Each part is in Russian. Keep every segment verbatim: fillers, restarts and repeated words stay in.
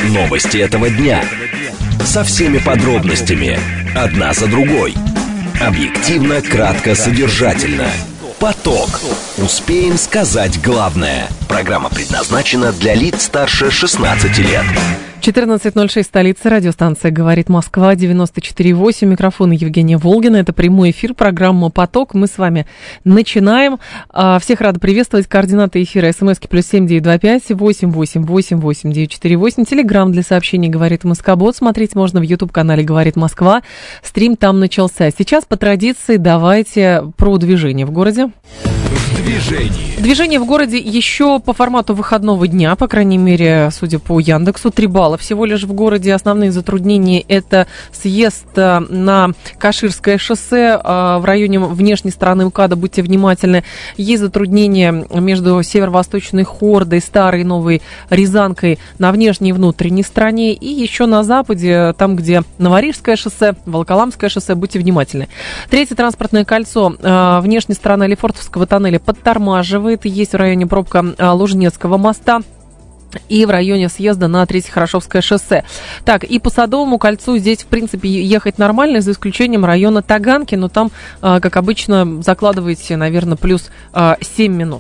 Новости этого дня. Со всеми подробностями. Одна за другой. Объективно, кратко, содержательно. Поток. Успеем сказать главное. Программа предназначена для лиц старше шестнадцати лет. четырнадцать ноль шесть, столица, радиостанция «Говорит Москва», девяносто четыре восемь, микрофон Евгения Волгина. Это прямой эфир, программа «Поток». Мы с вами начинаем. Всех рада приветствовать. Координаты эфира: смски плюс семь девять два пять восемь восемь восемь восемь девять четыре восемь. Телеграм для сообщений «Говорит Москобот». Смотреть можно в YouTube-канале «Говорит Москва». Стрим там начался. Сейчас, по традиции, давайте про движение в городе. Движение. Движение в городе еще по формату выходного дня, по крайней мере, судя по Яндексу, три балла всего лишь в городе. Основные затруднения – это съезд на Каширское шоссе в районе внешней стороны МКАДа, будьте внимательны. Есть затруднения между северо-восточной Хордой, Старой и Новой Рязанкой на внешней и внутренней стороне. И еще на западе, там, где Новорижское шоссе, Волоколамское шоссе, будьте внимательны. Третье транспортное кольцо, внешняя сторона Лефортовского тоннеля подтормаживает. Есть в районе пробка Лужнецкого моста и в районе съезда на Третье Хорошевское шоссе. Так, и по Садовому кольцу здесь, в принципе, ехать нормально, за исключением района Таганки, но там, как обычно, закладываете, наверное, плюс семь минут.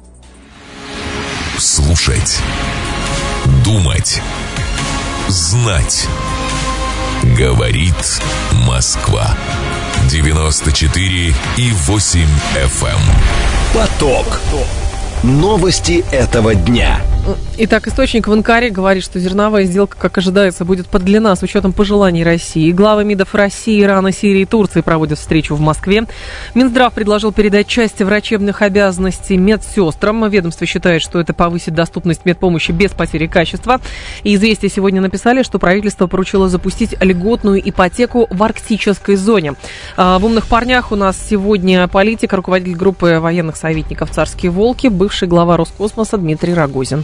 Слушать, думать, знать. Говорит Москва. девяносто четыре и восемь эф эм. Поток. Новости этого дня. Итак, источник в Анкаре говорит, что зерновая сделка, как ожидается, будет продлена с учетом пожеланий России. Главы МИДов России, Ирана, Сирии и Турции проводят встречу в Москве. Минздрав предложил передать часть врачебных обязанностей медсестрам. Ведомство считает, что это повысит доступность медпомощи без потери качества. И «Известия» сегодня написали, что правительство поручило запустить льготную ипотеку в арктической зоне. В «Умных парнях» у нас сегодня политик, руководитель группы военных советников «Царские волки», бывший глава Роскосмоса Дмитрий Рогозин.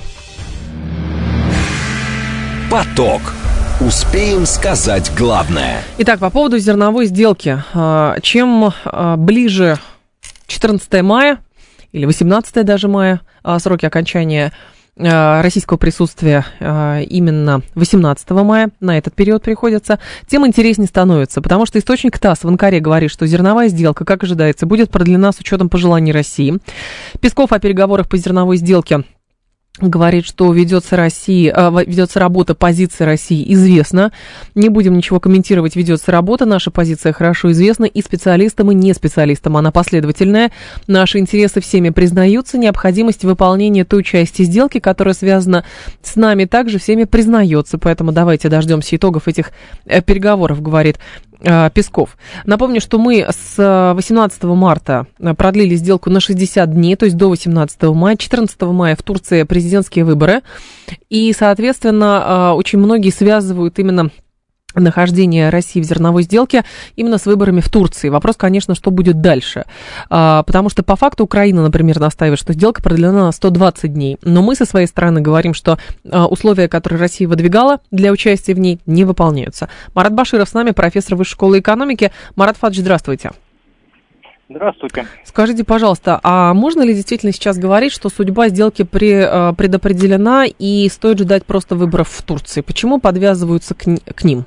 Поток. Успеем сказать главное. Итак, по поводу зерновой сделки. Чем ближе четырнадцатое мая или восемнадцатое даже мая, сроки окончания российского присутствия именно восемнадцатого мая, на этот период приходится, тем интереснее становится, потому что источник ТАСС в Анкаре говорит, что зерновая сделка, как ожидается, будет продлена с учетом пожеланий России. Песков о переговорах по зерновой сделке говорит, что ведется, Россия, ведется работа, позиция России известна. Не будем ничего комментировать, ведется работа, наша позиция хорошо известна и специалистам, и не специалистам. Она последовательная. Наши интересы всеми признаются. Необходимость выполнения той части сделки, которая связана с нами, также всеми признается. Поэтому давайте дождемся итогов этих переговоров, говорит Песков. Напомню, что мы с восемнадцатого марта продлили сделку на шестьдесят дней, то есть до восемнадцатого мая. четырнадцатого мая в Турции президентские выборы. И, соответственно, очень многие связывают именно нахождение России в зерновой сделке именно с выборами в Турции. Вопрос, конечно, что будет дальше. А, потому что по факту Украина, например, настаивает, что сделка продлена на сто двадцать дней. Но мы со своей стороны говорим, что а, условия, которые Россия выдвигала для участия в ней, не выполняются. Марат Баширов с нами, профессор Высшей школы экономики. Марат Фадович, здравствуйте. Здравствуйте. Скажите, пожалуйста, а можно ли действительно сейчас говорить, что судьба сделки при, предопределена и стоит ждать просто выборов в Турции? Почему подвязываются к, к ним?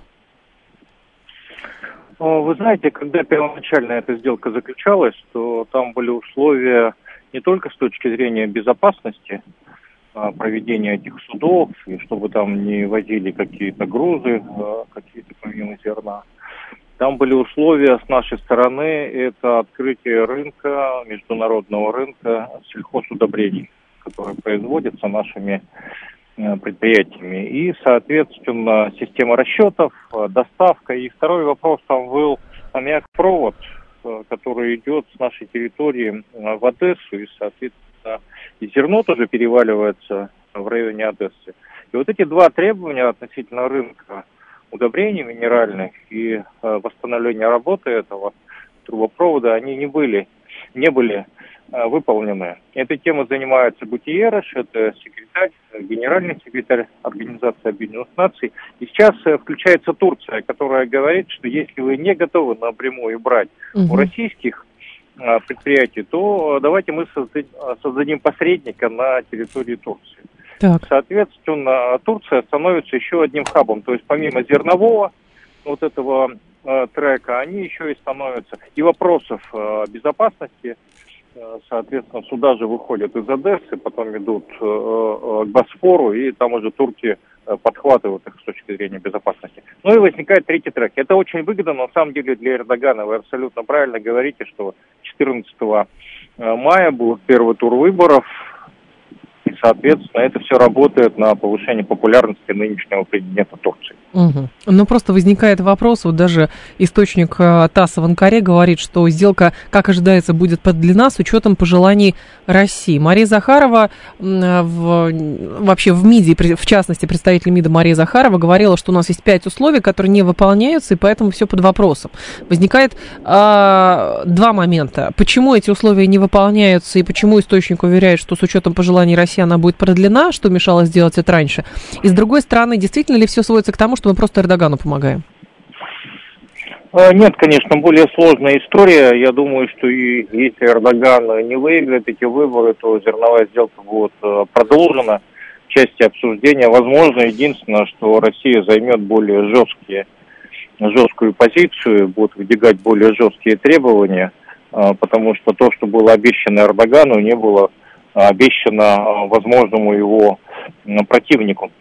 Вы знаете, когда первоначально эта сделка заключалась, то там были условия не только с точки зрения безопасности проведения этих судов, и чтобы там не возили какие-то грузы, какие-то помимо зерна. Там были условия с нашей стороны, это открытие рынка, международного рынка сельхозудобрений, который производится нашими предприятиями. И, соответственно, система расчетов, доставка. И второй вопрос, там был аммиак-провод, который идет с нашей территории в Одессу, и, соответственно, и зерно тоже переваливается в районе Одессы. И вот эти два требования относительно рынка удобрений минеральных и восстановления работы этого трубопровода, они не были, не были выполнены. Этой темой занимается Гутиерреш, это секретарь, генеральный секретарь Организации Объединенных Наций. И сейчас включается Турция, которая говорит, что если вы не готовы напрямую брать угу. у российских предприятий, то давайте мы создадим, создадим посредника на территории Турции. Так. Соответственно, Турция становится еще одним хабом. То есть помимо зернового вот этого э, трека, они еще и становятся. И вопросов э, безопасности, э, соответственно, сюда же выходят из Одессы, потом идут э, э, к Босфору, и там уже турки э, подхватывают их с точки зрения безопасности. Ну и возникает третий трек. Это очень выгодно, но на самом деле для Эрдогана. Вы абсолютно правильно говорите, что четырнадцатого мая будет первый тур выборов. И, соответственно, это все работает на повышение популярности нынешнего президента Турции. Угу. Ну, просто возникает вопрос, вот даже источник ТАССа в Анкаре говорит, что сделка, как ожидается, будет продлена с учетом пожеланий России. Мария Захарова, в, вообще в МИДе, в частности, представитель МИДа Мария Захарова говорила, что у нас есть пять условий, которые не выполняются, и поэтому все под вопросом. Возникает а, два момента. Почему эти условия не выполняются, и почему источник уверяет, что с учетом пожеланий России она будет продлена, что мешало сделать это раньше? И с другой стороны, действительно ли все сводится к тому, что мы просто Эрдогану помогаем? Нет, конечно, более сложная история. Я думаю, что и если Эрдоган не выиграет эти выборы, то зерновая сделка будет продолжена в части обсуждения. Возможно, единственное, что Россия займет более жесткие, жесткую позицию, будет выдвигать более жесткие требования, потому что то, что было обещано Эрдогану, не было обещано возможному его противнику.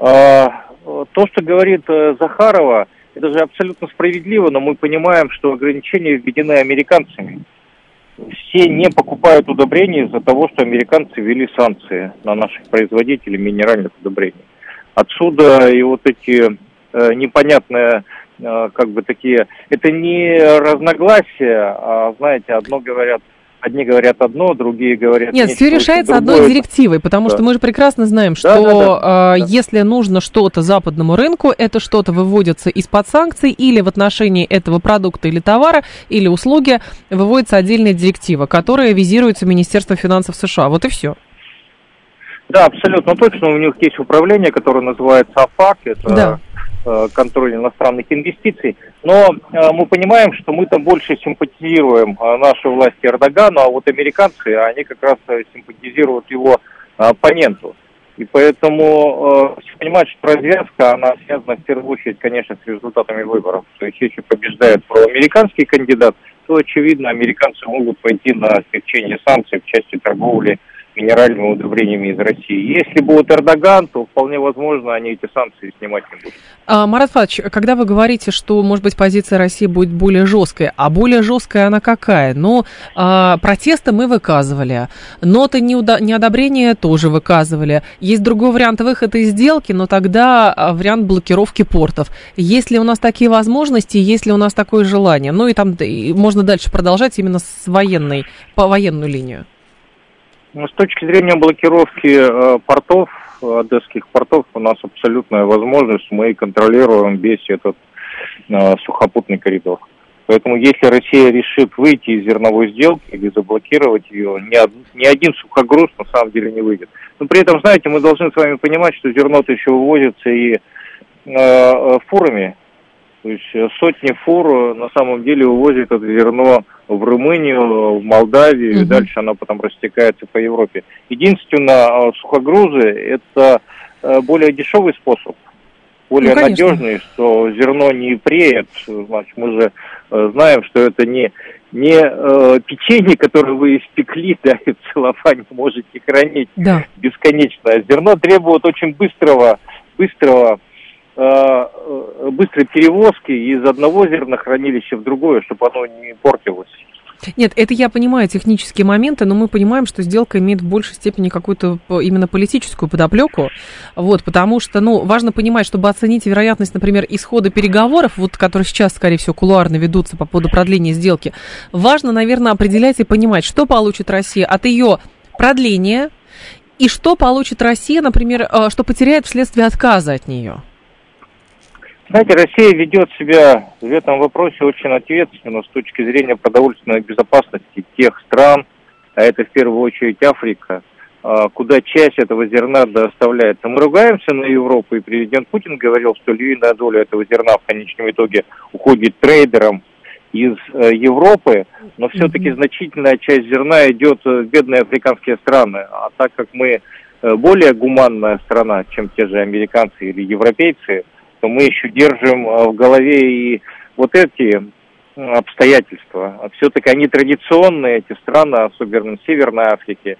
То, что говорит Захарова, это же абсолютно справедливо, но мы понимаем, что ограничения введены американцами. Все не покупают удобрения из-за того, что американцы ввели санкции на наших производителей минеральных удобрений. Отсюда и вот эти э, непонятные, э, как бы такие, это не разногласия, а, знаете, одно говорят, одни говорят одно, другие говорят... Нет, все решается одной директивой, потому да. что мы же прекрасно знаем, что да, да, да. Э, да. если нужно что-то западному рынку, это что-то выводится из-под санкций, или в отношении этого продукта или товара, или услуги выводится отдельная директива, которая визируется Министерством финансов США. Вот и все. Да, абсолютно точно. У них есть управление, которое называется АФАК, это... Да. контроль иностранных инвестиций, но э, мы понимаем, что мы там больше симпатизируем э, нашей власти Эрдогану, а вот американцы, они как раз симпатизируют его э, оппоненту. И поэтому э, все понимают, что развязка, она связана в первую очередь, конечно, с результатами выборов. То есть если побеждает проамериканский кандидат, то, очевидно, американцы могут пойти на смягчение санкций в части торговли минеральными удобрениями из России. Если будет Эрдоган, то вполне возможно, они эти санкции снимать не будут. А, Марат Фадович, когда вы говорите, что, может быть, позиция России будет более жесткой, а более жесткая она какая? Ну, а, протесты мы выказывали, ноты неодобрения тоже выказывали. Есть другой вариант выхода из сделки, но тогда вариант блокировки портов. Есть ли у нас такие возможности, есть ли у нас такое желание? Ну и там и можно дальше продолжать именно с военной, по военную линию. С точки зрения блокировки э, портов, одесских портов, у нас абсолютная возможность, мы контролируем весь этот э, сухопутный коридор. Поэтому если Россия решит выйти из зерновой сделки или заблокировать ее, ни, од, ни один сухогруз на самом деле не выйдет. Но при этом, знаете, мы должны с вами понимать, что зерно-то еще вывозится и э, фурами. То есть сотни фур на самом деле увозят это зерно в Румынию, в Молдавию, mm-hmm. и дальше оно потом растекается по Европе. Единственное, сухогрузы – это более дешевый способ, более ну, надежный, что зерно не преет. Значит, мы же знаем, что это не, не э, печенье, которое вы испекли, да, и в целлофане можете хранить да. бесконечно. Зерно требует очень быстрого, быстрого быстрой перевозки из одного зернохранилища в другое, чтобы оно не портилось. Нет, это я понимаю технические моменты, но мы понимаем, что сделка имеет в большей степени какую-то именно политическую подоплеку, вот, потому что, ну, важно понимать, чтобы оценить вероятность, например, исхода переговоров, вот, которые сейчас, скорее всего, кулуарно ведутся по поводу продления сделки, важно, наверное, определять и понимать, что получит Россия от ее продления и что получит Россия, например, что потеряет вследствие отказа от нее. Знаете, Россия ведет себя в этом вопросе очень ответственно с точки зрения продовольственной безопасности тех стран, а это в первую очередь Африка, куда часть этого зерна доставляется. Мы ругаемся на Европу, и президент Путин говорил, что львиная доля этого зерна в конечном итоге уходит трейдерам из Европы, но все-таки значительная часть зерна идет в бедные африканские страны. А так как мы более гуманная страна, чем те же американцы или европейцы, то мы еще держим в голове и вот эти обстоятельства. Все-таки они традиционные, эти страны, особенно в Северной Африке,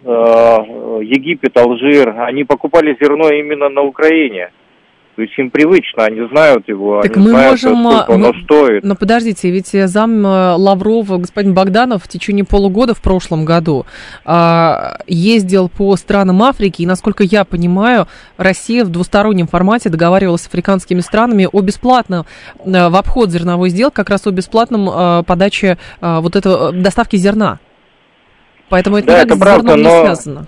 Египет, Алжир, они покупали зерно именно на Украине. То есть им привычно, они знают его, так они мы знают, можем, сколько оно мы, стоит. Но подождите, ведь зам Лаврова, господин Богданов, в течение полугода в прошлом году а, ездил по странам Африки, и, насколько я понимаю, Россия в двустороннем формате договаривалась с африканскими странами о бесплатном, в обход зерновой сделки, как раз о бесплатном а, подаче а, вот этого, доставки зерна. Поэтому это да, никак это с правда, зерном но... не связано.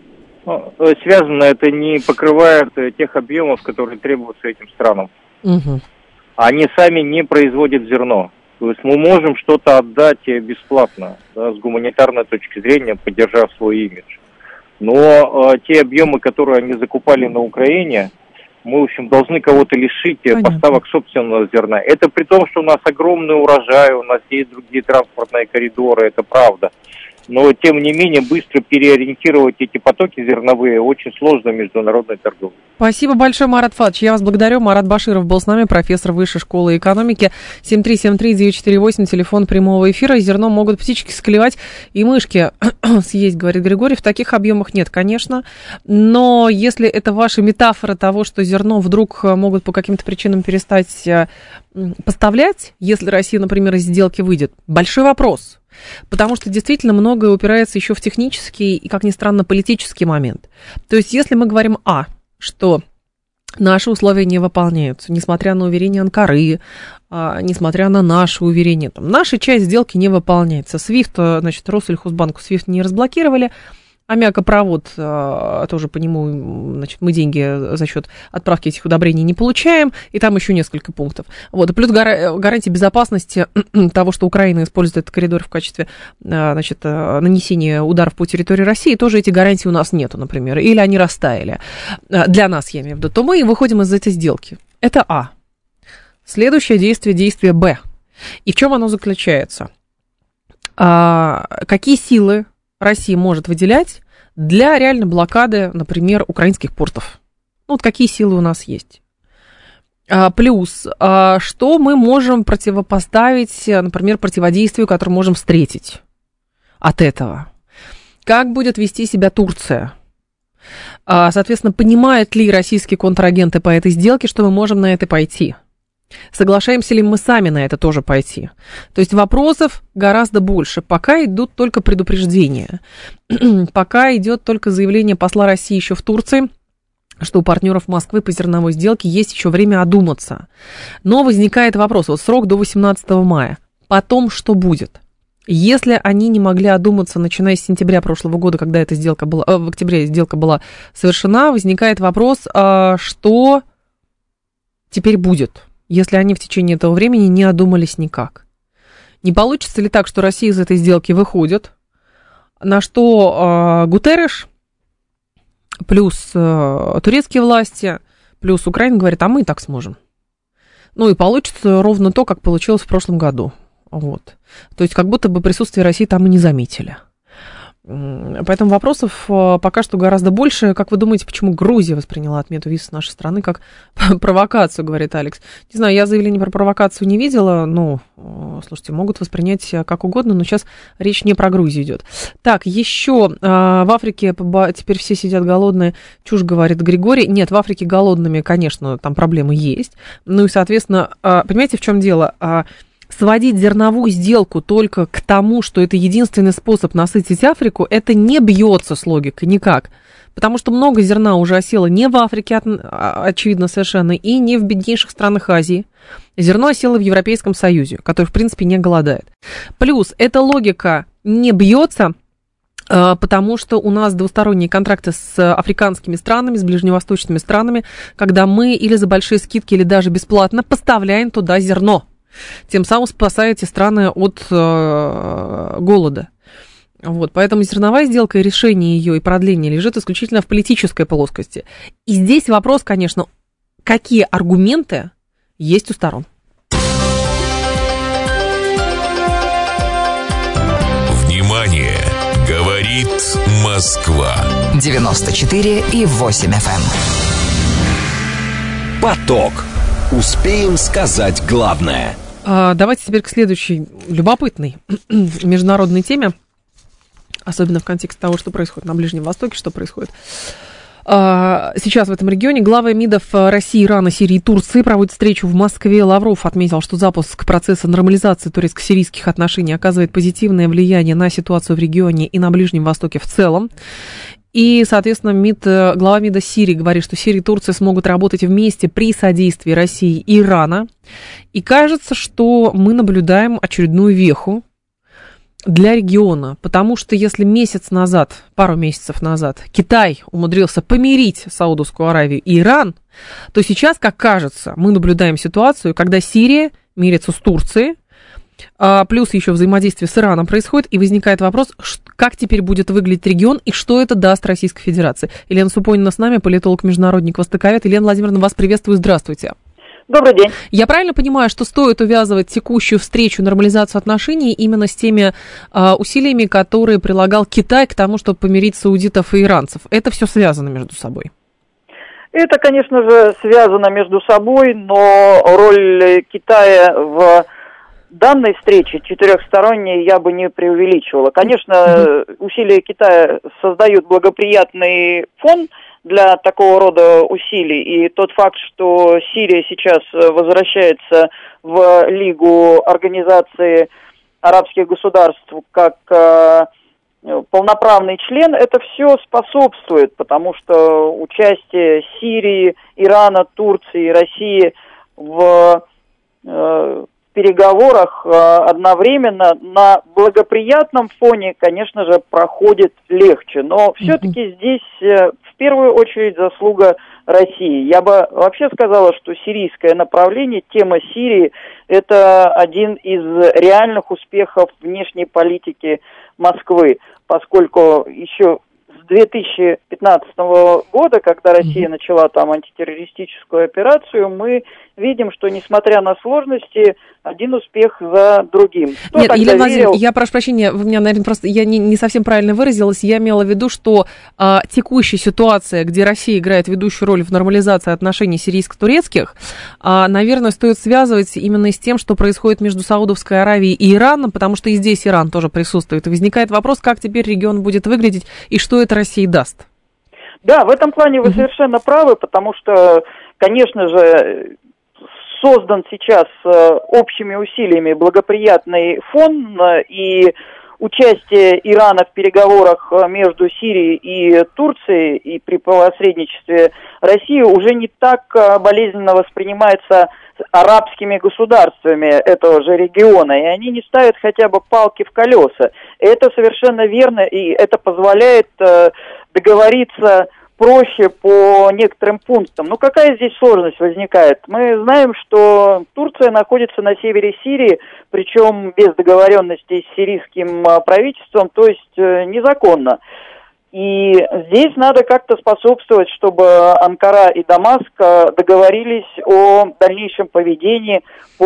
Связано это не покрывает тех объемов, которые требуются этим странам. Угу. Они сами не производят зерно. То есть мы можем что-то отдать бесплатно, да, с гуманитарной точки зрения, поддержав свой имидж. Но э, те объемы, которые они закупали на Украине, мы, в общем, должны кого-то лишить Понятно. поставок собственного зерна. Это при том, что у нас огромный урожай, у нас есть другие транспортные коридоры, это правда. Но, тем не менее, быстро переориентировать эти потоки зерновые очень сложно в международной торговле. Спасибо большое, Марат Фадович. Я вас благодарю. Марат Баширов был с нами, профессор Высшей школы экономики. семь три семь три девять четыре восемь, телефон прямого эфира. Зерно могут птички склевать и мышки съесть, говорит Григорий. В таких объемах нет, конечно. Но если это ваша метафора того, что зерно вдруг могут по каким-то причинам перестать поставлять, если Россия, например, из сделки выйдет, большой вопрос. Потому что действительно многое упирается еще в технический и, как ни странно, политический момент. То есть, если мы говорим «а», что наши условия не выполняются, несмотря на уверения Анкары, а, несмотря на наши уверения, там, наша часть сделки не выполняется. свифт, значит, Россельхозбанку свифт не разблокировали, аммиакопровод, а, тоже по нему, значит, мы деньги за счет отправки этих удобрений не получаем, и там еще несколько пунктов. Вот, и плюс гара- гарантия безопасности того, что Украина использует этот коридор в качестве, а, значит, нанесения ударов по территории России, тоже эти гарантии у нас нету, например, или они растаяли. Для нас, я имею в виду. То мы выходим из этой сделки. Это А. Следующее действие, действие Б. И в чем оно заключается? А, какие силы Россия может выделять для реальной блокады, например, украинских портов? Ну, вот какие силы у нас есть. А, плюс, а, что мы можем противопоставить, например, противодействию, которое можем встретить от этого? Как будет вести себя Турция? А, соответственно, понимают ли российские контрагенты по этой сделке, что мы можем на это пойти? Соглашаемся ли мы сами на это тоже пойти? То есть вопросов гораздо больше. Пока идут только предупреждения. Пока идет только заявление посла России еще в Турции, что у партнеров Москвы по зерновой сделке есть еще время одуматься. Но возникает вопрос. Вот срок до восемнадцатого мая. Потом что будет? Если они не могли одуматься, начиная с сентября прошлого года, когда эта сделка была, э, в октябре сделка была совершена, возникает вопрос, э, что теперь будет, если они в течение этого времени не одумались никак. Не получится ли так, что Россия из этой сделки выходит, на что э, Гутерреш, плюс э, турецкие власти, плюс Украина говорит, а мы и так сможем. Ну и получится ровно то, как получилось в прошлом году. Вот. То есть как будто бы присутствие России там и не заметили. Поэтому вопросов пока что гораздо больше. Как вы думаете, почему Грузия восприняла отмену виз с нашей страны как провокацию, говорит Алекс? Не знаю, я заявление про провокацию не видела. Ну, слушайте, могут воспринять как угодно, но сейчас речь не про Грузию идет. Так, еще в Африке теперь все сидят голодные. Чушь, говорит Григорий. Нет, в Африке голодными, конечно, там проблемы есть. Ну и, соответственно, понимаете, в чем дело? Сводить зерновую сделку только к тому, что это единственный способ насытить Африку, это не бьется с логикой никак. Потому что много зерна уже осело не в Африке, очевидно совершенно, и не в беднейших странах Азии. Зерно осело в Европейском Союзе, который, в принципе, не голодает. Плюс эта логика не бьется, потому что у нас двусторонние контракты с африканскими странами, с ближневосточными странами, когда мы или за большие скидки, или даже бесплатно поставляем туда зерно. Тем самым спасая эти страны от э, голода. Вот, поэтому зерновая сделка и решение ее и продление лежит исключительно в политической плоскости. И здесь вопрос, конечно, какие аргументы есть у сторон. Внимание! Говорит Говорит Москва. девяносто четыре и восемь эф эм. Поток. Успеем сказать главное. А, давайте теперь к следующей любопытной международной теме. Особенно в контексте того, что происходит на Ближнем Востоке, что происходит сейчас в этом регионе. Главы МИДов России, Ирана, Сирии и Турции проводят встречу в Москве. Лавров отметил, что запуск процесса нормализации турецко-сирийских отношений оказывает позитивное влияние на ситуацию в регионе и на Ближнем Востоке в целом. И, соответственно, МИД, глава МИДа Сирии говорит, что Сирия и Турция смогут работать вместе при содействии России и Ирана. И кажется, что мы наблюдаем очередную веху для региона, потому что если месяц назад, пару месяцев назад, Китай умудрился помирить Саудовскую Аравию и Иран, то сейчас, как кажется, мы наблюдаем ситуацию, когда Сирия мирится с Турцией, плюс еще взаимодействие с Ираном происходит, и возникает вопрос, как теперь будет выглядеть регион и что это даст Российской Федерации. Елена Супонина с нами, политолог-международник, востоковед. Елена Владимировна, вас приветствую, здравствуйте. Добрый день. Я правильно понимаю, что стоит увязывать текущую встречу, нормализацию отношений именно с теми а, усилиями, которые прилагал Китай к тому, чтобы помирить саудитов и иранцев? Это все связано между собой? Это, конечно же, связано между собой, но роль Китая в данной встрече четырехсторонней я бы не преувеличивала. Конечно, mm-hmm. усилия Китая создают благоприятный фон для такого рода усилий, и тот факт, что Сирия сейчас возвращается в Лигу Организации арабских государств как э, полноправный член, это все способствует, потому что участие Сирии, Ирана, Турции, России в э, переговорах э, одновременно на благоприятном фоне, конечно же, проходит легче, но все-таки mm-hmm. здесь э, в первую очередь заслуга России. Я бы вообще сказала, что сирийское направление, тема Сирии, это один из реальных успехов внешней политики Москвы, поскольку еще с две тысячи пятнадцатого года, когда Россия mm-hmm. начала там антитеррористическую операцию, мы видим, что, несмотря на сложности, один успех за другим. Кто Нет, Елена Владимировна, верил... я прошу прощения, вы меня, наверное, просто я не, не совсем правильно выразилась. Я имела в виду, что а, текущая ситуация, где Россия играет ведущую роль в нормализации отношений сирийско-турецких, а, наверное, стоит связывать именно с тем, что происходит между Саудовской Аравией и Ираном, потому что и здесь Иран тоже присутствует. И возникает вопрос, как теперь регион будет выглядеть и что это России даст. Да, в этом плане вы mm-hmm. совершенно правы, потому что, конечно же, создан сейчас э, общими усилиями благоприятный фон, э, и участие Ирана в переговорах между Сирией и Турцией и при посредничестве России уже не так э, болезненно воспринимается арабскими государствами этого же региона, и они не ставят хотя бы палки в колеса. Это совершенно верно, и это позволяет э, договориться проще по некоторым пунктам. Ну, какая здесь сложность возникает? Мы знаем, что Турция находится на севере Сирии, причем без договоренности с сирийским правительством, то есть незаконно. И здесь надо как-то способствовать, чтобы Анкара и Дамаск договорились о дальнейшем поведении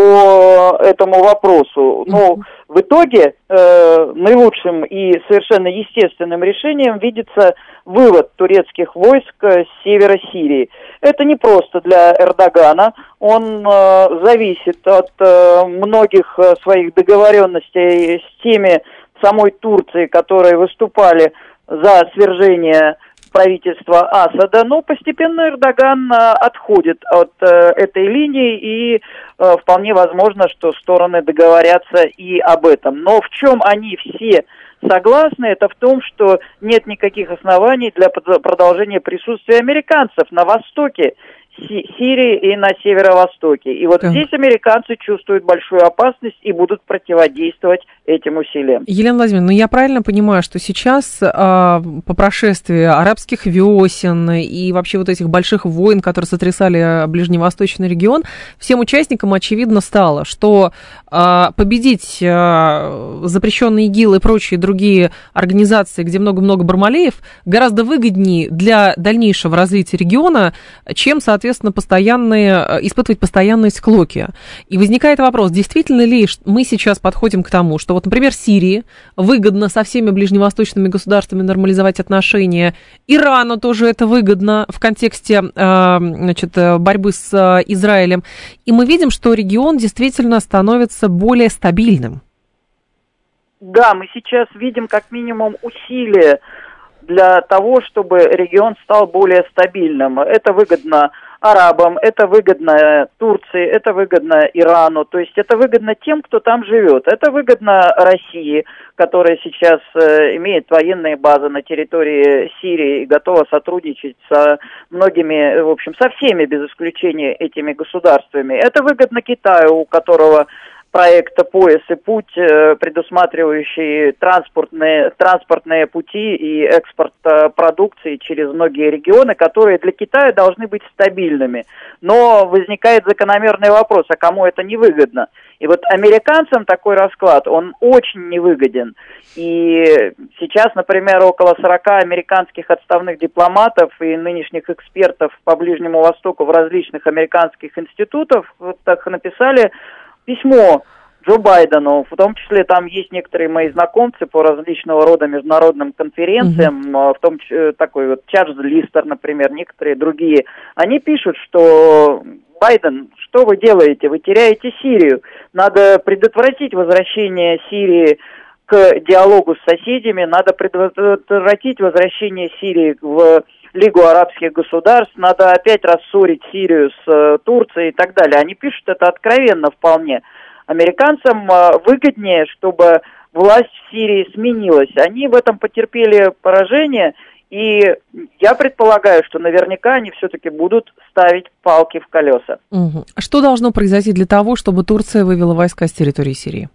по этому вопросу. Но в итоге э, наилучшим и совершенно естественным решением видится вывод турецких войск с севера Сирии. Это не просто для Эрдогана, он э, зависит от э, многих своих договоренностей с теми самой Турции, которые выступали за свержение правительства Асада, но постепенно Эрдоган а, отходит от а, этой линии, и а, вполне возможно, что стороны договорятся и об этом. Но в чем они все согласны, это в том, что нет никаких оснований для продолжения присутствия американцев на востоке Сирии и на северо-востоке. И вот так. Здесь американцы чувствуют большую опасность и будут противодействовать этим усилиям. Елена Владимировна, ну я правильно понимаю, что сейчас а, по прошествии арабских весен и вообще вот этих больших войн, которые сотрясали ближневосточный регион, всем участникам очевидно стало, что а, победить а, запрещенный ИГИЛ и прочие другие организации, где много-много бармалеев, гораздо выгоднее для дальнейшего развития региона, чем, соответственно, соответственно, постоянные, испытывать постоянные склоки. И возникает вопрос, действительно ли мы сейчас подходим к тому, что вот, например, Сирии выгодно со всеми ближневосточными государствами нормализовать отношения, Ирану тоже это выгодно в контексте, значит, борьбы с Израилем. И мы видим, что регион действительно становится более стабильным. Да, мы сейчас видим как минимум усилия для того, чтобы регион стал более стабильным. Это выгодно арабам, это выгодно Турции, это выгодно Ирану, то есть это выгодно тем, кто там живет. Это выгодно России, которая сейчас э, имеет военные базы на территории Сирии и готова сотрудничать со многими, в общем, со всеми без исключения этими государствами. Это выгодно Китаю, у которого проекта «Пояс и путь», предусматривающий транспортные, транспортные пути и экспорт продукции через многие регионы, которые для Китая должны быть стабильными. Но возникает закономерный вопрос, а кому это невыгодно? И вот американцам такой расклад, он очень невыгоден. И сейчас, например, около сорока американских отставных дипломатов и нынешних экспертов по Ближнему Востоку в различных американских институтах вот так написали письмо Джо Байдену, в том числе там есть некоторые мои знакомцы по различного рода международным конференциям, mm-hmm. в том числе такой вот Чарльз Листер, например, некоторые другие. Они пишут, что Байден, что вы делаете? Вы теряете Сирию. Надо предотвратить возвращение Сирии к диалогу с соседями, надо предотвратить возвращение Сирии в Лигу арабских государств, надо опять рассорить Сирию с э, Турцией и так далее. Они пишут это откровенно вполне. Американцам э, выгоднее, чтобы власть в Сирии сменилась. Они в этом потерпели поражение, и я предполагаю, что наверняка они все-таки будут ставить палки в колеса. Угу. Что должно произойти для того, чтобы Турция вывела войска с территории Сирии?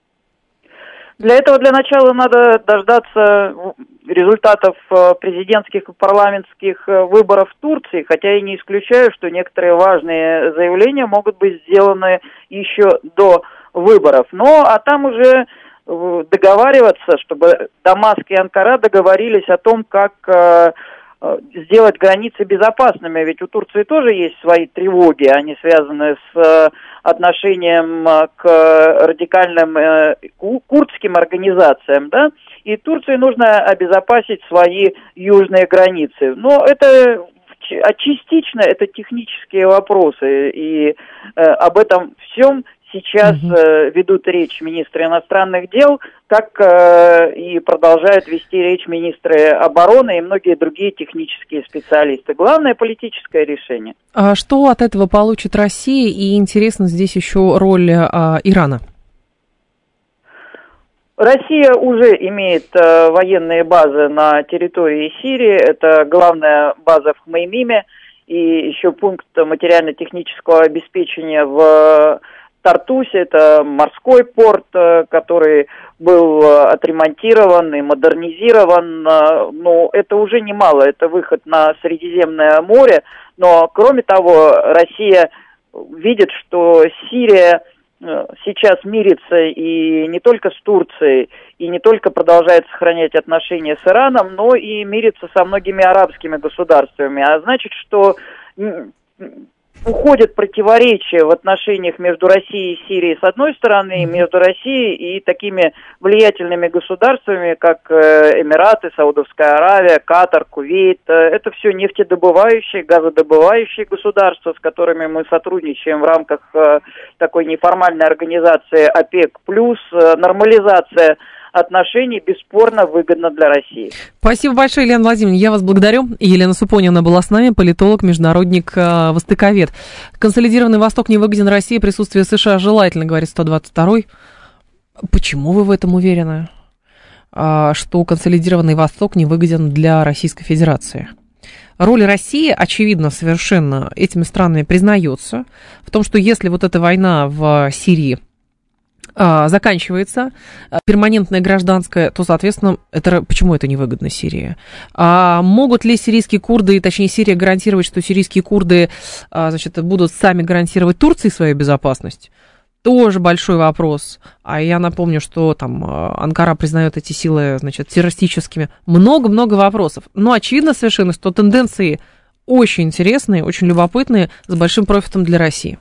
Для этого для начала надо дождаться результатов президентских и парламентских выборов в Турции, хотя я не исключаю, что некоторые важные заявления могут быть сделаны еще до выборов. Ну, а там уже договариваться, чтобы Дамаск и Анкара договорились о том, как сделать границы безопасными, ведь у Турции тоже есть свои тревоги, они связаны с отношением к радикальным курдским организациям, да, и Турции нужно обезопасить свои южные границы. Но это частично это технические вопросы, и э, об этом всем сейчас э, ведут речь министры иностранных дел, как э, и продолжают вести речь министры обороны и многие другие технические специалисты. Главное политическое решение. А что от этого получит Россия? И интересно здесь еще роль а, Ирана. Россия уже имеет э, военные базы на территории Сирии. Это главная база в Хмеймиме и еще пункт материально-технического обеспечения в Тартусе. Это морской порт, который был отремонтирован и модернизирован. Но это уже немало, это выход на Средиземное море. Но, кроме того, Россия видит, что Сирия сейчас мирится и не только с Турцией, и не только продолжает сохранять отношения с Ираном, но и мирится со многими арабскими государствами. А значит, что уходят противоречия в отношениях между Россией и Сирией с одной стороны, и между Россией и такими влиятельными государствами, как Эмираты, Саудовская Аравия, Катар, Кувейт. Это все нефтедобывающие, газодобывающие государства, с которыми мы сотрудничаем в рамках такой неформальной организации ОПЕК+, нормализация отношений бесспорно выгодно для России. Спасибо большое, Елена Владимировна. Я вас благодарю. Елена Супонина была с нами, политолог, международник, востоковед. Консолидированный Восток не выгоден России, присутствие США желательно, говорит сто двадцать второй. Почему вы в этом уверены, что консолидированный Восток не выгоден для Российской Федерации? Роль России, очевидно, совершенно этими странами признается в том, что если вот эта война в Сирии заканчивается, перманентная гражданская, то, соответственно, это, почему это невыгодно Сирии? А могут ли сирийские курды, точнее Сирия, гарантировать, что сирийские курды, значит, будут сами гарантировать Турции свою безопасность? Тоже большой вопрос. А я напомню, что там Анкара признает эти силы, значит, террористическими. Много-много вопросов. Но очевидно совершенно, что тенденции очень интересные, очень любопытные, с большим профитом для России.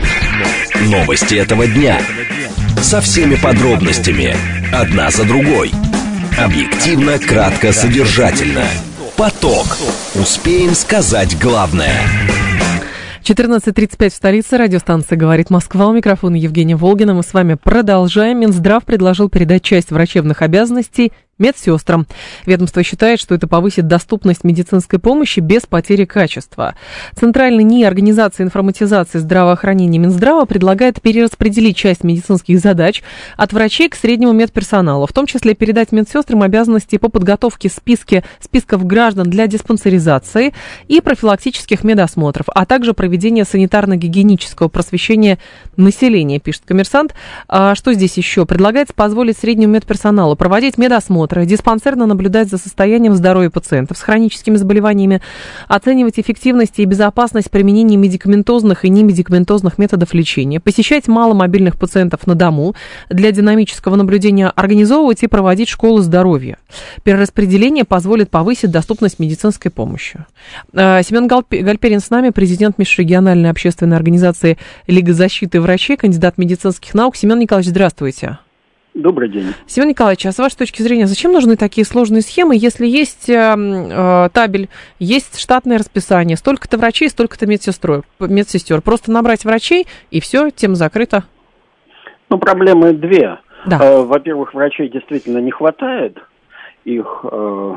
Новости этого дня. Со всеми подробностями. Одна за другой. Объективно, кратко, содержательно. Поток. Успеем сказать главное. четырнадцать тридцать пять в столице. Радиостанция «Говорит Москва». У микрофона Евгения Волгина. Мы с вами продолжаем. Минздрав предложил передать часть врачебных обязанностей медсестрам. Ведомство считает, что это повысит доступность медицинской помощи без потери качества. Центральный НИИ Организации информатизации здравоохранения Минздрава предлагает перераспределить часть медицинских задач от врачей к среднему медперсоналу, в том числе передать медсестрам обязанности по подготовке списки, списков граждан для диспансеризации и профилактических медосмотров, а также проведение санитарно-гигиенического просвещения населения, пишет «Коммерсант». А что здесь еще? Предлагается позволить среднему медперсоналу проводить медосмотры, диспансерно наблюдать за состоянием здоровья пациентов с хроническими заболеваниями, оценивать эффективность и безопасность применения медикаментозных и немедикаментозных методов лечения, посещать маломобильных пациентов на дому для динамического наблюдения, организовывать и проводить школы здоровья. Перераспределение позволит повысить доступность медицинской помощи. Семен Гальперин с нами, президент межрегиональной общественной организации Лига защиты врачей, кандидат медицинских наук. Семен Николаевич, здравствуйте. Добрый день. Семен Николаевич, а с вашей точки зрения, зачем нужны такие сложные схемы, если есть э, э, табель, есть штатное расписание, столько-то врачей, столько-то медсестер, медсестер. Просто набрать врачей, и все, тема закрыта? Ну, проблемы две. Да. Э, во-первых, врачей действительно не хватает. Их, э,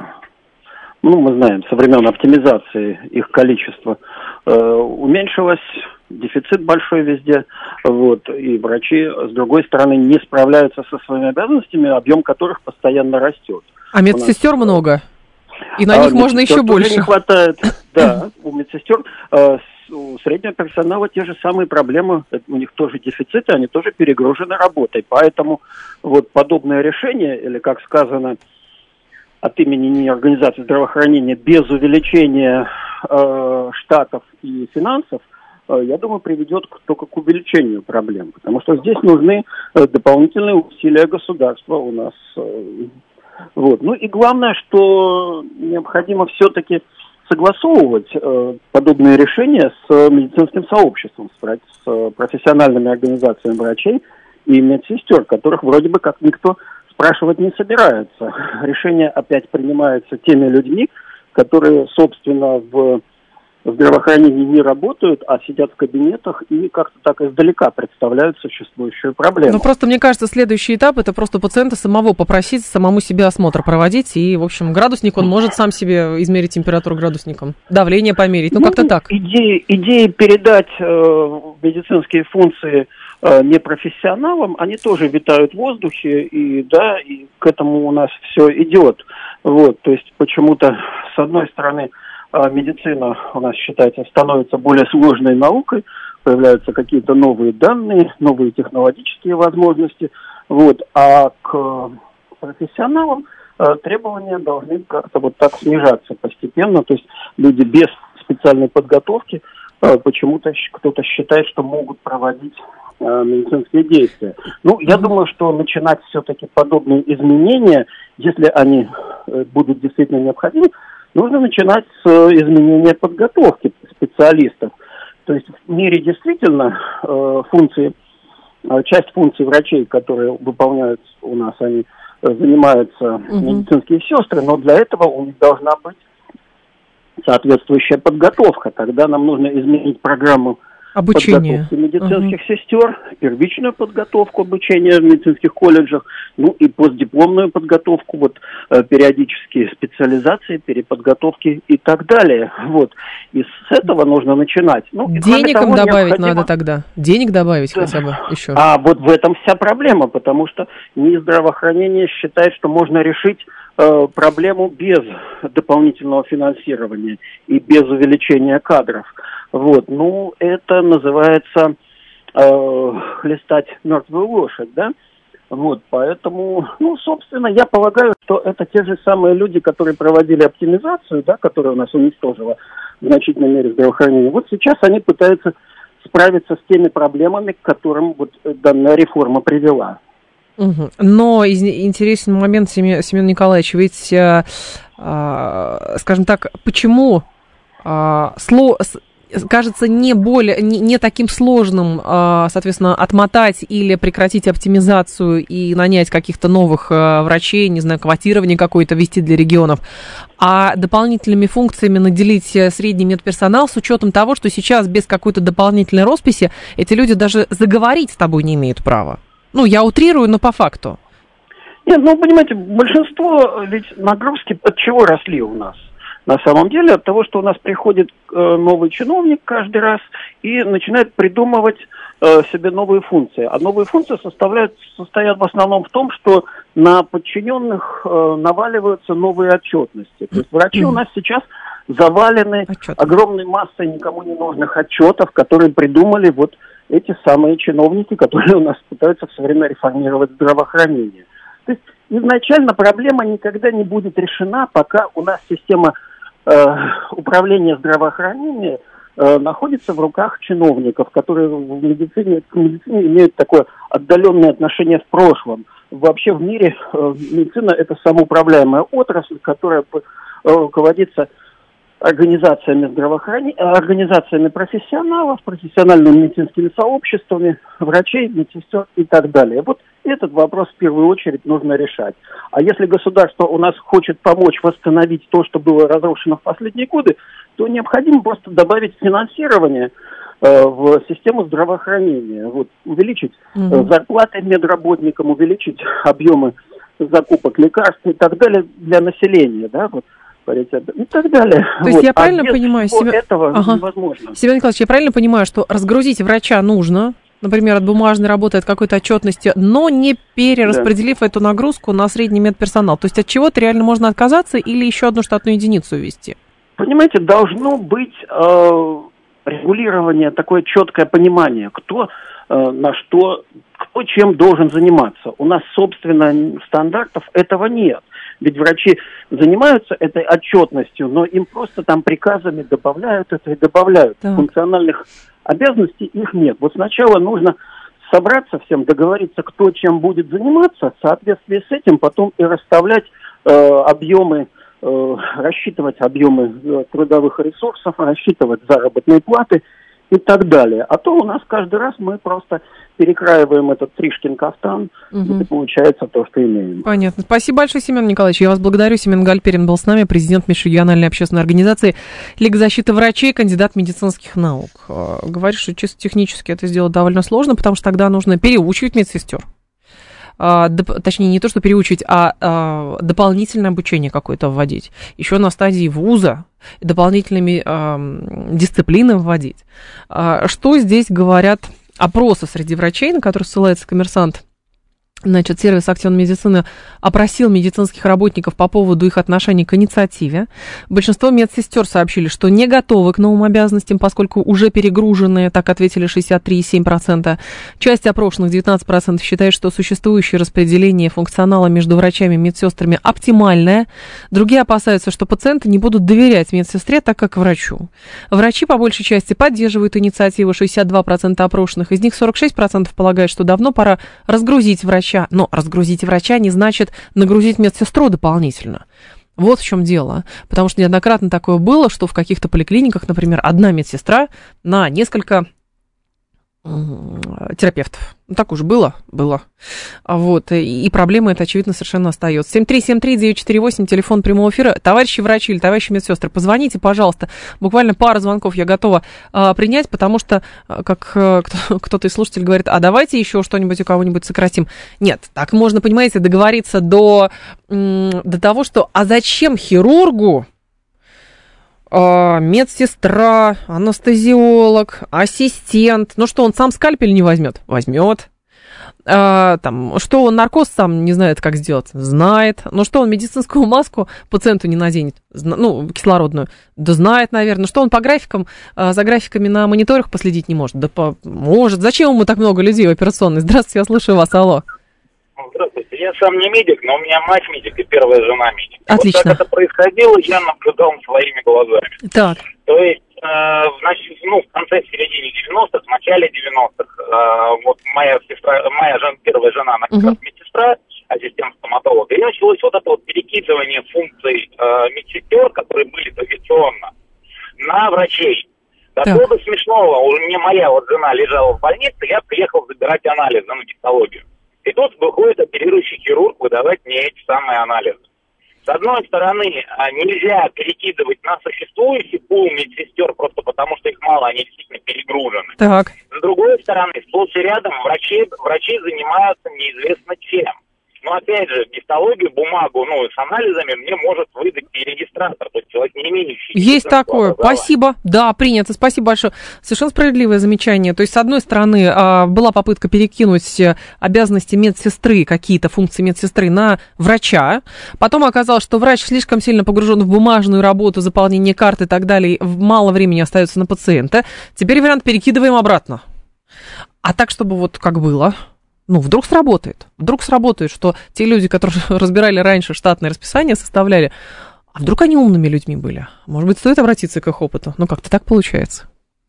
ну, мы знаем, со времен оптимизации их количество э, уменьшилось. Дефицит большой везде, вот, и врачи, с другой стороны, не справляются со своими обязанностями, объем которых постоянно растет. А медсестер нас... много, и на а, них можно еще больше. Не хватает, да, у медсестер, у среднего персонала те же самые проблемы, у них тоже дефициты, они тоже перегружены работой, поэтому вот подобное решение, или, как сказано от имени НИИ Организации здравоохранения, без увеличения э, штатов и финансов, я думаю, приведет только к увеличению проблем, потому что здесь нужны дополнительные усилия государства у нас. Вот. Ну и главное, что необходимо все-таки согласовывать э, подобные решения с медицинским сообществом, с, с профессиональными организациями врачей и медсестер, которых вроде бы как никто спрашивать не собирается. Решение опять принимается теми людьми, которые, собственно, в в здравоохранении не работают, а сидят в кабинетах и как-то так издалека представляют существующую проблему. Ну, просто, мне кажется, следующий этап – это просто пациента самого попросить, самому себе осмотр проводить, и, в общем, градусник, он может сам себе измерить температуру градусником, давление померить, ну, ну как-то так. Идеи, идеи передать э, медицинские функции э, непрофессионалам, они тоже витают в воздухе, и, да, и к этому у нас все идет. Вот, то есть, почему-то, с одной стороны, медицина у нас считается становится более сложной наукой, появляются какие-то новые данные, новые технологические возможности, вот, а к профессионалам э, требования должны как-то вот так снижаться постепенно, то есть люди без специальной подготовки э, почему-то кто-то считает, что могут проводить э, медицинские действия. Ну, я думаю, что начинать все-таки подобные изменения, если они э, будут действительно необходимы, нужно начинать с изменения подготовки специалистов. То есть в мире действительно э, функции, э, часть функций врачей, которые выполняют у нас, они э, занимаются угу. медицинские сестры, но для этого у них должна быть соответствующая подготовка. Тогда нам нужно изменить программу обучение подготовки медицинских uh-huh. сестер, первичную подготовку обучения в медицинских колледжах, ну и постдипломную подготовку, вот э, периодические специализации, переподготовки и так далее. Вот. И с этого нужно начинать. Ну, денег им добавить необходимо... надо тогда. Денег добавить да. хотя бы еще. А вот в этом вся проблема, потому что НИИ здравоохранения считает, что можно решить э, проблему без дополнительного финансирования и без увеличения кадров. Вот, ну, это называется э, хлестать мертвую лошадь, да? Вот, поэтому, ну, собственно, я полагаю, что это те же самые люди, которые проводили оптимизацию, да, которая у нас уничтожила в значительной мере здравоохранение. Вот сейчас они пытаются справиться с теми проблемами, к которым вот данная реформа привела. Угу. Но интересный момент, Семен Николаевич, ведь, э, э, скажем так, почему а, сло, кажется не, более, не, не таким сложным, а, соответственно, отмотать или прекратить оптимизацию и нанять каких-то новых а, врачей, не знаю, квотирование какое-то ввести для регионов, а дополнительными функциями наделить средний медперсонал с учетом того, что сейчас без какой-то дополнительной росписи эти люди даже заговорить с тобой не имеют права. Ну, я утрирую, но по факту. Нет, ну, понимаете, большинство ведь нагрузки от чего росли у нас? На самом деле от того, что у нас приходит э, новый чиновник каждый раз и начинает придумывать э, себе новые функции. А новые функции составляют, состоят в основном в том, что на подчиненных э, наваливаются новые отчетности. То есть врачи mm-hmm. у нас сейчас завалены Отчет. огромной массой никому не нужных отчетов, которые придумали вот эти самые чиновники, которые у нас пытаются все время реформировать здравоохранение. То есть изначально проблема никогда не будет решена, пока у нас система э, управления здравоохранением э, находится в руках чиновников, которые в медицине, к медицине имеют такое отдаленное отношение в прошлом. Вообще в мире э, медицина – это самоуправляемая отрасль, которая э, руководится организациями здравоохранения, организациями профессионалов, профессиональными медицинскими сообществами, врачей, медсестер и так далее. Вот этот вопрос в первую очередь нужно решать. А если государство у нас хочет помочь восстановить то, что было разрушено в последние годы, то необходимо просто добавить финансирование э, в систему здравоохранения. Вот, увеличить э, зарплаты медработникам, увеличить объемы закупок лекарств и так далее для населения, да, вот. И так далее. То есть вот. я правильно а понимаю, Семен... этого ага. невозможно. Семен Николаевич, я правильно понимаю, что разгрузить врача нужно, например, от бумажной работы, от какой-то отчетности, но не перераспределив да. эту нагрузку на средний медперсонал. То есть от чего-то реально можно отказаться или еще одну штатную единицу ввести? Понимаете, должно быть э, регулирование, такое четкое понимание, кто э, на что, кто чем должен заниматься. У нас, собственно, стандартов этого нет. Ведь врачи занимаются этой отчетностью, но им просто там приказами добавляют это и добавляют. Да. Функциональных обязанностей их нет. Вот сначала нужно собраться всем, договориться, кто чем будет заниматься, в соответствии с этим потом и расставлять э, объемы, э, рассчитывать объемы э, трудовых ресурсов, рассчитывать заработные платы и так далее. А то у нас каждый раз мы просто перекраиваем этот Тришкин кафтан, угу. и получается то, что имеем. Понятно. Спасибо большое, Семен Николаевич. Я вас благодарю. Семен Гальперин был с нами, президент межрегиональной общественной организации Лига защиты врачей, кандидат медицинских наук. Говорит, что чисто технически это сделать довольно сложно, потому что тогда нужно переучивать медсестер. Доп, точнее, не то, что переучить, а, а дополнительное обучение какое-то вводить. Еще на стадии вуза дополнительными а, дисциплины вводить. А, что здесь говорят опросы среди врачей, на которые ссылается «Коммерсант»? Значит, сервис «Актион медицины» опросил медицинских работников по поводу их отношений к инициативе. Большинство медсестер сообщили, что не готовы к новым обязанностям, поскольку уже перегружены, так ответили шестьдесят три целых семь десятых процента. Часть опрошенных, девятнадцать процентов, считает, что существующее распределение функционала между врачами и медсестрами оптимальное. Другие опасаются, что пациенты не будут доверять медсестре, так как врачу. Врачи, по большей части, поддерживают инициативу, шестьдесят два процента опрошенных. Из них сорок шесть процентов полагают, что давно пора разгрузить врача. Но разгрузить врача не значит нагрузить медсестру дополнительно. Вот в чем дело. Потому что неоднократно такое было, что в каких-то поликлиниках, например, одна медсестра на несколько терапевтов. Ну, так уж было, было. Вот. И, и проблема эта, очевидно, совершенно остается. семь три семь три девять четыре восемь, телефон прямого эфира. Товарищи врачи или товарищи медсестры, позвоните, пожалуйста. Буквально пару звонков я готова а, принять, потому что, как а, кто-то из слушателей говорит, а давайте еще что-нибудь у кого-нибудь сократим. Нет, так можно, понимаете, договориться до, до того, что, а зачем хирургу медсестра, анестезиолог, ассистент. Ну что, он сам скальпель не возьмет? Возьмет. А, там, что он наркоз сам не знает, как сделать? Знает. Ну что, он медицинскую маску пациенту не наденет? Зна- ну, кислородную? Да знает, наверное. Что он по графикам, а, за графиками на мониторах последить не может? Да по- может. Зачем ему так много людей в операционной? Здравствуйте, я слышу вас, алло. Здравствуйте, я сам не медик, но у меня мать медик и первая жена медик. Отлично. Вот как это происходило, я наблюдал своими глазами. Так. То есть, э, значит, ну, в конце, в середине девяностых, в начале девяностых, э, вот моя сестра, моя жена, первая жена, она как раз медсестра, ассистент стоматолога, и началось вот это вот перекидывание функций э, медсестер, которые были традиционно, на врачей. До Так. того смешного, у меня моя вот жена лежала в больнице, я приехал забирать анализы на гистологию. И тут выходит оперирующий хирург выдавать мне эти самые анализы. С одной стороны, нельзя перекидывать на существующий пул медсестер просто потому, что их мало, они действительно перегружены. Так. С другой стороны, сплошь и рядом врачи, врачи занимаются неизвестно чем. Но опять же, гистологию, бумагу, ну, с анализами мне может выдать и регистратор, то есть человек, не имеющий... Есть такое, спасибо, да, принято, спасибо большое. Совершенно справедливое замечание. То есть, с одной стороны, была попытка перекинуть обязанности медсестры, какие-то функции медсестры на врача, потом оказалось, что врач слишком сильно погружен в бумажную работу, заполнение карт и так далее, мало времени остается на пациента. Теперь вариант перекидываем обратно. А так, чтобы вот как было... Ну, вдруг сработает. Вдруг сработает, что те люди, которые разбирали раньше штатное расписание, составляли, а вдруг они умными людьми были? Может быть, стоит обратиться к их опыту? Ну, как-то так получается.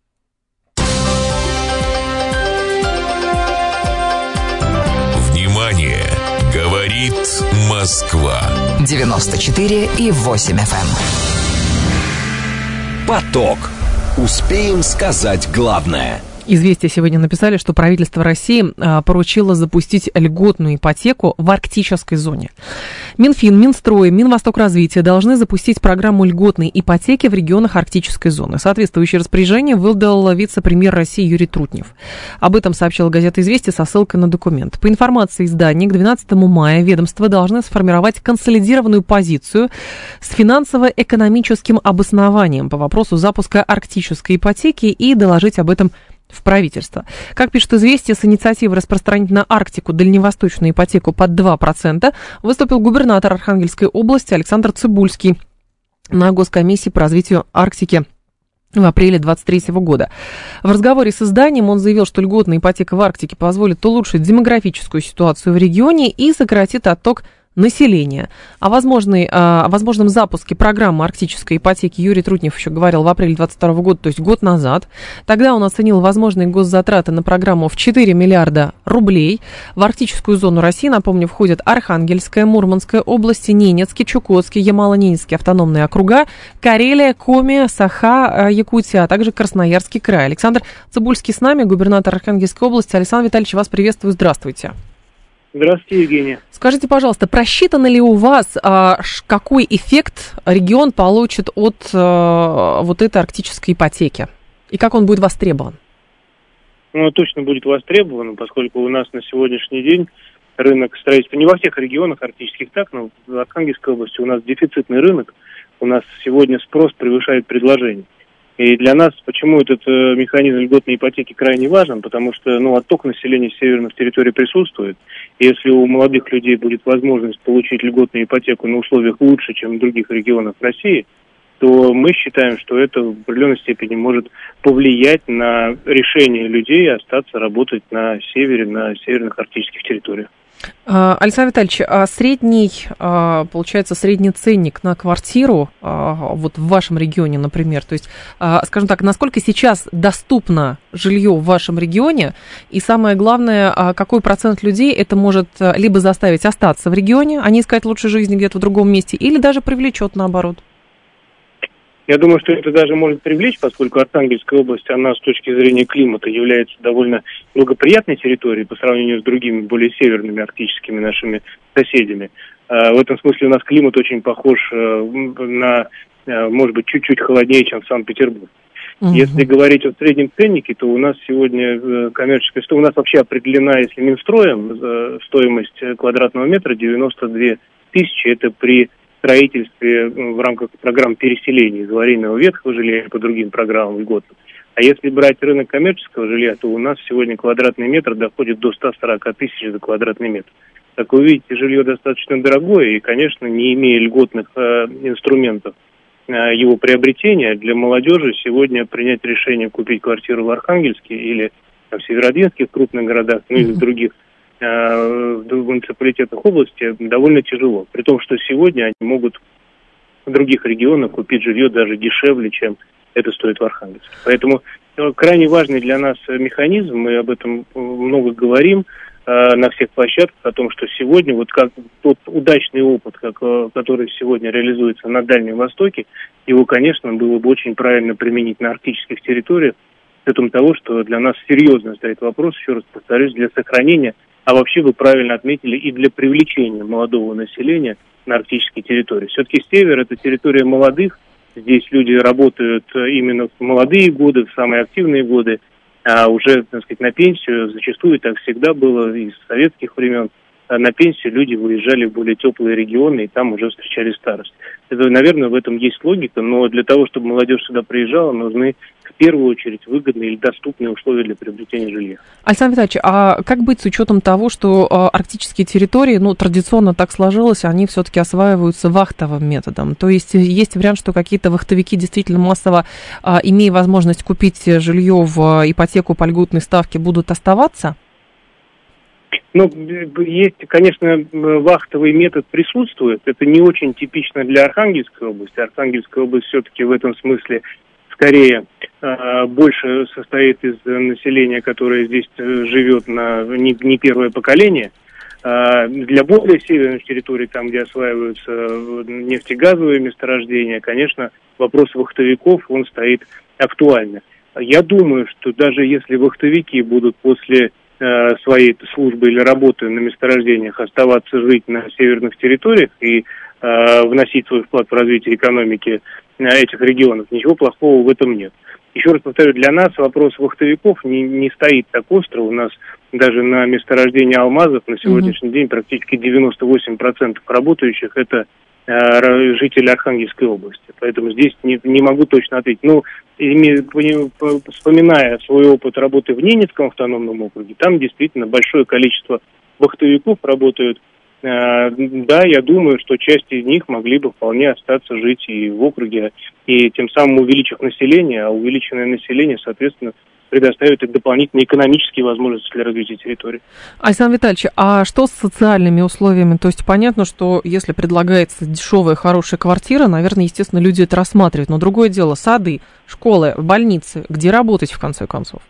Внимание! Говорит Москва. девяносто четыре и восемь эф эм. Поток. Успеем сказать главное. «Известия» сегодня написали, что правительство России а, поручило запустить льготную ипотеку в арктической зоне. Минфин, Минстрой, Минвостокразвитие должны запустить программу льготной ипотеки в регионах арктической зоны. Соответствующее распоряжение выдал вице-премьер России Юрий Трутнев. Об этом сообщила газета «Известия» со ссылкой на документ. По информации издания, к двенадцатому мая ведомства должны сформировать консолидированную позицию с финансово-экономическим обоснованием по вопросу запуска арктической ипотеки и доложить об этом в правительство. Как пишет «Известия», с инициативой распространить на Арктику дальневосточную ипотеку под два процента выступил губернатор Архангельской области Александр Цыбульский на Госкомиссии по развитию Арктики в апреле двадцать третьего года. В разговоре с изданием он заявил, что льготная ипотека в Арктике позволит улучшить демографическую ситуацию в регионе и сократит отток населения. О, возможной, о возможном запуске программы арктической ипотеки Юрий Трутнев еще говорил в апреле двадцать второго года, то есть год назад. Тогда он оценил возможные госзатраты на программу в четыре миллиарда рублей. В арктическую зону России, напомню, входят Архангельская, Мурманская области, Ненецкий, Чукотский, Ямало-Ненецкий автономные округа, Карелия, Коми, Саха, Якутия, а также Красноярский край. Александр Цыбульский с нами, губернатор Архангельской области. Александр Витальевич, вас приветствую, здравствуйте. Здравствуйте, Евгения. Скажите, пожалуйста, просчитано ли у вас, а, какой эффект регион получит от а, вот этой арктической ипотеки? И как он будет востребован? Ну, точно будет востребован, поскольку у нас на сегодняшний день рынок строительства, не во всех регионах арктических так, но в Архангельской области у нас дефицитный рынок, у нас сегодня спрос превышает предложение. И для нас, почему этот э, механизм льготной ипотеки крайне важен, потому что, ну, отток населения с северных территорий присутствует. И если у молодых людей будет возможность получить льготную ипотеку на условиях лучше, чем в других регионах России, то мы считаем, что это в определенной степени может повлиять на решение людей остаться работать на севере, на северных арктических территориях. Александр Витальевич, а средний, получается, средний ценник на квартиру вот в вашем регионе, например, то есть, скажем так, насколько сейчас доступно жилье в вашем регионе, и самое главное, какой процент людей это может либо заставить остаться в регионе, а не искать лучшей жизни где-то в другом месте, или даже привлечет наоборот? Я думаю, что это даже может привлечь, поскольку Архангельская область, она с точки зрения климата является довольно благоприятной территорией по сравнению с другими, более северными арктическими нашими соседями. В этом смысле у нас климат очень похож на, может быть, чуть-чуть холоднее, чем в Санкт-Петербург. Uh-huh. Если говорить о среднем ценнике, то у нас сегодня коммерческая стоимость, у нас вообще определена, если Минстроем, стоимость квадратного метра девяносто две тысячи, это при строительстве в рамках программ переселения из аварийного ветхого жилья по другим программам льготным. А если брать рынок коммерческого жилья, то у нас сегодня квадратный метр доходит до ста сорока тысяч за квадратный метр. Как вы видите, жилье достаточно дорогое, и, конечно, не имея льготных э, инструментов э, его приобретения, для молодежи сегодня принять решение купить квартиру в Архангельске или в северодвинских крупных городах, ну и в других в муниципалитетах области довольно тяжело. При том, что сегодня они могут в других регионах купить жилье даже дешевле, чем это стоит в Архангельске. Поэтому крайне важный для нас механизм, мы об этом много говорим, на всех площадках о том, что сегодня вот как тот удачный опыт, как, который сегодня реализуется на Дальнем Востоке, его, конечно, было бы очень правильно применить на арктических территориях, с учетом того, что для нас серьезно стоит вопрос, еще раз повторюсь, для сохранения, а вообще вы правильно отметили, и для привлечения молодого населения на арктические территории. Все-таки север – это территория молодых, здесь люди работают именно в молодые годы, в самые активные годы, а уже, так сказать, на пенсию, зачастую так всегда было и с советских времен, на пенсию люди выезжали в более теплые регионы и там уже встречали старость. Это, наверное, в этом есть логика, но для того, чтобы молодежь сюда приезжала, нужны в первую очередь выгодные или доступные условия для приобретения жилья. Александр Витальевич, а как быть с учетом того, что а, арктические территории, ну, традиционно так сложилось, они все-таки осваиваются вахтовым методом? То есть есть вариант, что какие-то вахтовики действительно массово, а, имея возможность купить жилье в ипотеку по льготной ставке, будут оставаться? Ну, есть, конечно, вахтовый метод присутствует. Это не очень типично для Архангельской области. Архангельская область все-таки в этом смысле скорее э, больше состоит из населения, которое здесь живет на не, не первое поколение. Э, для более северных территорий, там, где осваиваются нефтегазовые месторождения, конечно, вопрос вахтовиков, он стоит актуально. Я думаю, что даже если вахтовики будут после своей службы или работы на месторождениях оставаться жить на северных территориях и э, вносить свой вклад в развитие экономики этих регионов, ничего плохого в этом нет. Еще раз повторю, для нас вопрос вахтовиков не, не стоит так остро. У нас даже на месторождении алмазов на сегодняшний mm-hmm. день практически девяносто восемь процентов работающих это э, жители Архангельской области. Поэтому здесь не, не могу точно ответить. Ну, вспоминая свой опыт работы в Ненецком автономном округе, там действительно большое количество вахтовиков работают. Да, я думаю, что часть из них могли бы вполне остаться жить и в округе, и тем самым увеличив население, а увеличенное население, соответственно, предоставит и дополнительные экономические возможности для развития территории. Александр Витальевич, а что с социальными условиями? То есть понятно, что если предлагается дешевая, хорошая квартира, наверное, естественно, люди это рассматривают. Но другое дело, сады, школы, больницы, где работать в конце концов?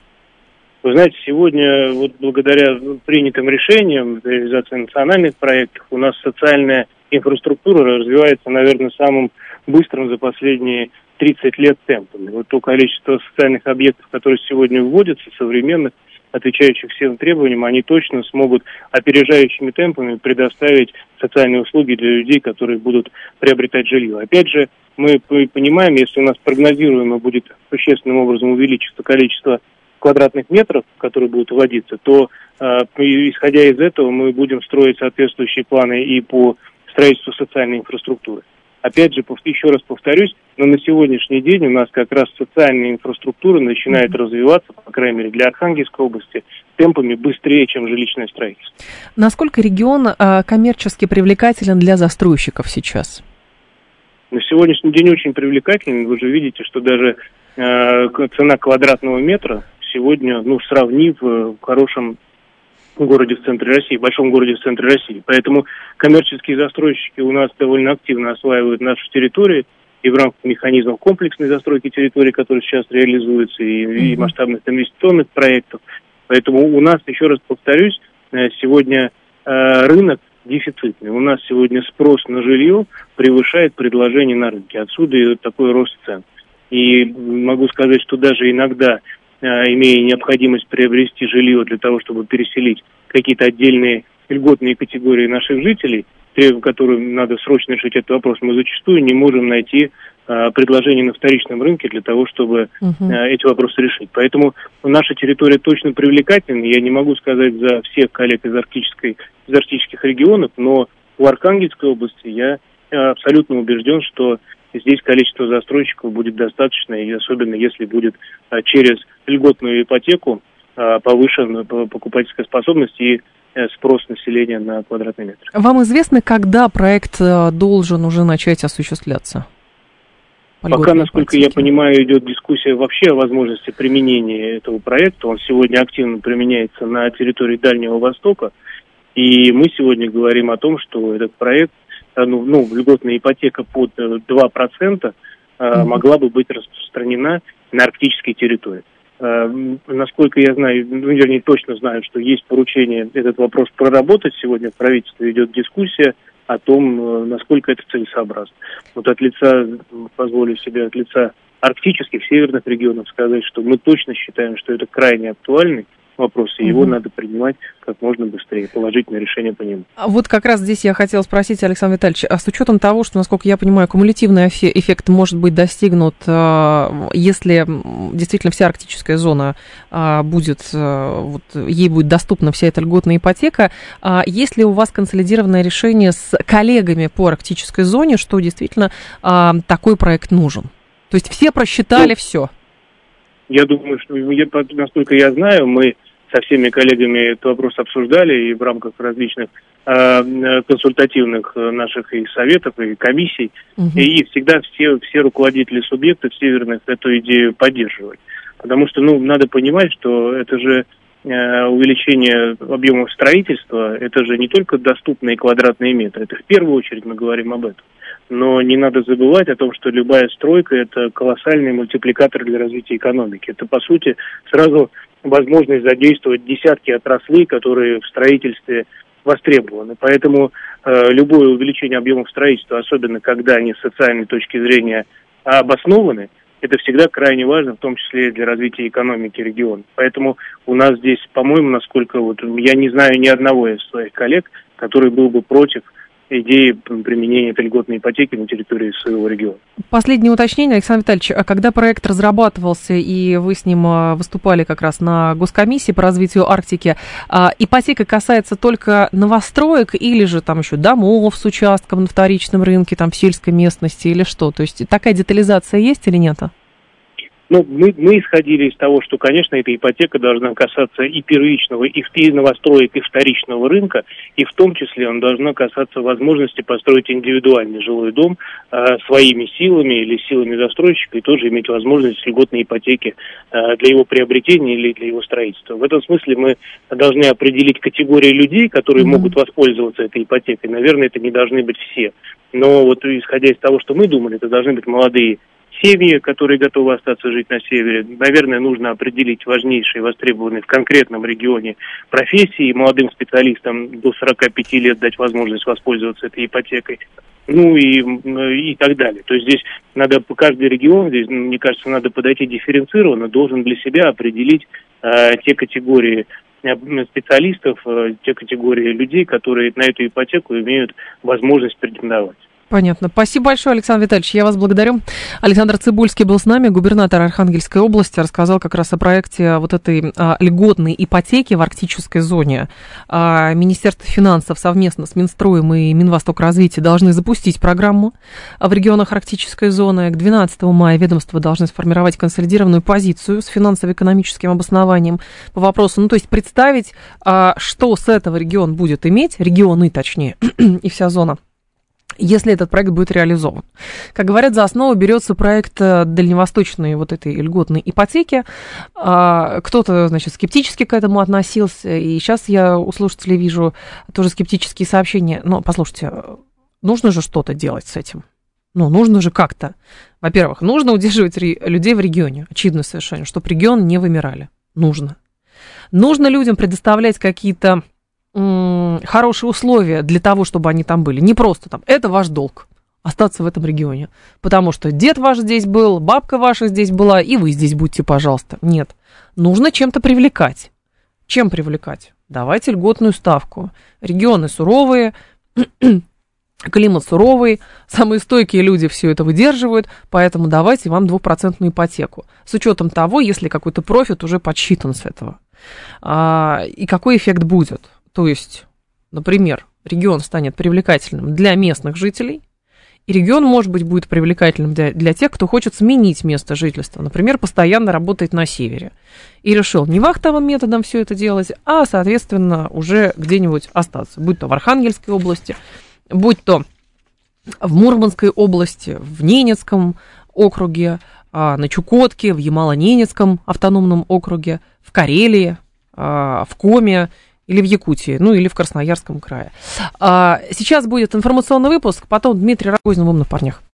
Вы знаете, сегодня вот благодаря принятым решениям реализации национальных проектов у нас социальная инфраструктура развивается, наверное, самым быстрым за последние тридцать лет темпами. Вот то количество социальных объектов, которые сегодня вводятся, современных, отвечающих всем требованиям, они точно смогут опережающими темпами предоставить социальные услуги для людей, которые будут приобретать жилье. Опять же, мы понимаем, если у нас прогнозируемо будет существенным образом увеличиться количество квадратных метров, которые будут вводиться, то, э, исходя из этого, мы будем строить соответствующие планы и по строительству социальной инфраструктуры. Опять же, еще раз повторюсь, но на сегодняшний день у нас как раз социальная инфраструктура начинает mm-hmm. развиваться, по крайней мере, для Архангельской области, темпами быстрее, чем жилищное строительство. Насколько регион э, коммерчески привлекателен для застройщиков сейчас? На сегодняшний день очень привлекателен. Вы же видите, что даже э, цена квадратного метра сегодня, ну, сравнив в хорошем городе в центре России, в большом городе в центре России. Поэтому коммерческие застройщики у нас довольно активно осваивают нашу территорию и в рамках механизмов комплексной застройки территории, которые сейчас реализуются, и, mm-hmm. и масштабных инвестиционных проектов. Поэтому у нас, еще раз повторюсь, сегодня э, рынок дефицитный. У нас сегодня спрос на жилье превышает предложение на рынке. Отсюда и такой рост цен. И могу сказать, что даже иногда, имея необходимость приобрести жилье для того, чтобы переселить какие-то отдельные льготные категории наших жителей, которым надо срочно решить этот вопрос, мы зачастую не можем найти а, предложение на вторичном рынке для того, чтобы uh-huh. а, эти вопросы решить. Поэтому наша территория точно привлекательна. Я не могу сказать за всех коллег из, арктической, из арктических регионов, но в Архангельской области я абсолютно убежден, что здесь количество застройщиков будет достаточно, и особенно если будет а, через льготную ипотеку а, повышена покупательская способность и а, спрос населения на квадратный метр. Вам известно, когда проект должен уже начать осуществляться? Пока, насколько я понимаю, идет дискуссия вообще о возможности применения этого проекта. Он сегодня активно применяется на территории Дальнего Востока, и мы сегодня говорим о том, что этот проект, ну, ну льготная ипотека под два процента mm-hmm. могла бы быть распространена на арктические территории. Насколько я знаю, ну, вернее, точно знаю, что есть поручение этот вопрос проработать. Сегодня в правительстве идет дискуссия о том, насколько это целесообразно. Вот от лица, позволю себе, от лица арктических, северных регионов сказать, что мы точно считаем, что это крайне актуальный вопрос, и его mm-hmm. надо принимать как можно быстрее, положительное решение по нему. Вот как раз здесь я хотела спросить, Александр Витальевич, а с учетом того, что, насколько я понимаю, кумулятивный эффект может быть достигнут, если действительно вся арктическая зона будет, вот, ей будет доступна вся эта льготная ипотека, есть ли у вас консолидированное решение с коллегами по арктической зоне, что действительно такой проект нужен? То есть все просчитали ну, все? Я думаю, что, я, насколько я знаю, мы со всеми коллегами этот вопрос обсуждали и в рамках различных э, консультативных наших и советов, и комиссий. Угу. И всегда все, все руководители субъектов северных эту идею поддерживали. Потому что, ну, надо понимать, что это же э, увеличение объемов строительства, это же не только доступные квадратные метры, это в первую очередь мы говорим об этом. Но не надо забывать о том, что любая стройка – это колоссальный мультипликатор для развития экономики. Это, по сути, сразу возможность задействовать десятки отраслей, которые в строительстве востребованы. Поэтому э, любое увеличение объемов строительства, особенно когда они с социальной точки зрения обоснованы, это всегда крайне важно, в том числе и для развития экономики региона. Поэтому у нас здесь, по-моему, насколько вот я не знаю ни одного из своих коллег, который был бы против идеи применения этой льготной ипотеки на территории своего региона. Последнее уточнение, Александр Витальевич, а когда проект разрабатывался, и вы с ним выступали как раз на госкомиссии по развитию Арктики, ипотека касается только новостроек или же там еще домов с участком на вторичном рынке, там в сельской местности или что? То есть такая детализация есть или нет? Ну, мы, мы исходили из того, что, конечно, эта ипотека должна касаться и первичного, и, и новостроек, и вторичного рынка, и в том числе она должна касаться возможности построить индивидуальный жилой дом э, своими силами или силами застройщика, и тоже иметь возможность льготной ипотеки э, для его приобретения или для его строительства. В этом смысле мы должны определить категории людей, которые mm-hmm. могут воспользоваться этой ипотекой. Наверное, это не должны быть все. Но вот исходя из того, что мы думали, это должны быть молодые семьи, которые готовы остаться жить на севере. Наверное, нужно определить важнейшие, востребованные в конкретном регионе профессии, молодым специалистам до сорока пяти лет дать возможность воспользоваться этой ипотекой, ну и, и так далее. То есть здесь надо, каждый регион, здесь, мне кажется, надо подойти дифференцированно, должен для себя определить э, те категории специалистов, э, те категории людей, которые на эту ипотеку имеют возможность претендовать. Понятно. Спасибо большое, Александр Витальевич. Я вас благодарю. Александр Цыбульский был с нами, губернатор Архангельской области, рассказал как раз о проекте вот этой а, льготной ипотеки в арктической зоне. А, Министерство финансов совместно с Минстроем и Минвостокразвития должны запустить программу в регионах арктической зоны. К двенадцатому мая ведомства должны сформировать консолидированную позицию с финансово-экономическим обоснованием по вопросу. Ну, то есть представить, а, что с этого регион будет иметь, регионы точнее, и вся зона, если этот проект будет реализован. Как говорят, за основу берется проект дальневосточной вот этой льготной ипотеки. Кто-то, значит, скептически к этому относился, и сейчас я у слушателей вижу тоже скептические сообщения. Но, послушайте, нужно же что-то делать с этим. Ну, нужно же как-то. Во-первых, нужно удерживать людей в регионе. Очевидно совершенно, чтобы регионы не вымирали. Нужно. Нужно людям предоставлять какие-то хорошие условия для того, чтобы они там были. Не просто там, это ваш долг, остаться в этом регионе. Потому что дед ваш здесь был, бабка ваша здесь была, и вы здесь будьте, пожалуйста. Нет. Нужно чем-то привлекать. Чем привлекать? Давайте льготную ставку. Регионы суровые, климат суровый, самые стойкие люди все это выдерживают, поэтому давайте вам двухпроцентную ипотеку. С учетом того, если какой-то профит уже подсчитан с этого. А, и какой эффект будет? То есть, например, регион станет привлекательным для местных жителей, и регион, может быть, будет привлекательным для, для тех, кто хочет сменить место жительства. Например, постоянно работает на севере. И решил не вахтовым методом все это делать, а, соответственно, уже где-нибудь остаться. Будь то в Архангельской области, будь то в Мурманской области, в Ненецком округе, на Чукотке, в Ямало-Ненецком автономном округе, в Карелии, в Коме, или в Якутии, ну или в Красноярском крае. Сейчас будет информационный выпуск, потом Дмитрий Рогозин в «Умных парнях».